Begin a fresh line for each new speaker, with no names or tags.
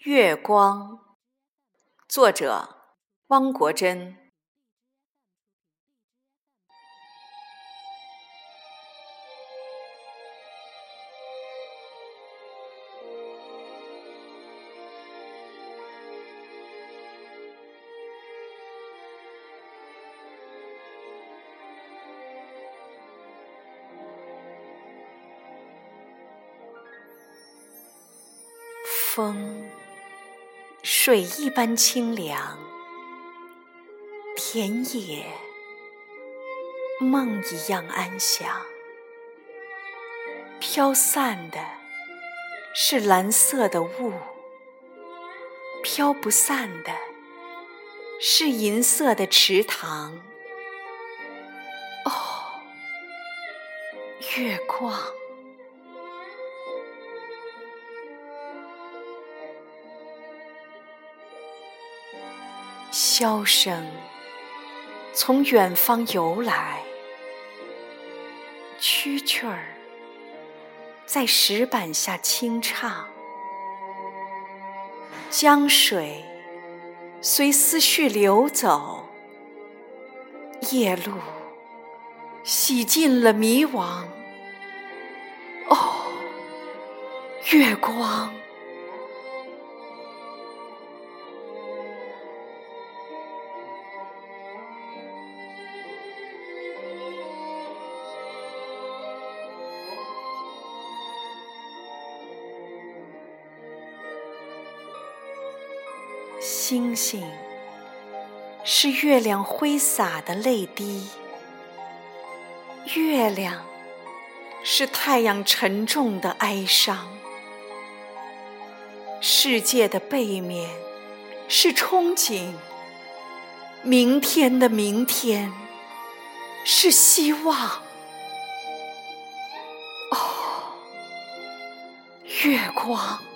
月光，作者汪国真。风，水一般清凉，田野，梦一样安详。飘散的是蓝色的雾，飘不散的是银色的池塘。哦，月光。箫声从远方游来，蛐蛐儿在石板下轻唱，江水随思绪流走，夜路洗尽了迷惘。哦，月光。星星是月亮挥洒的泪滴，月亮是太阳沉重的哀伤。世界的背面是憧憬，明天的明天是希望。哦，月光。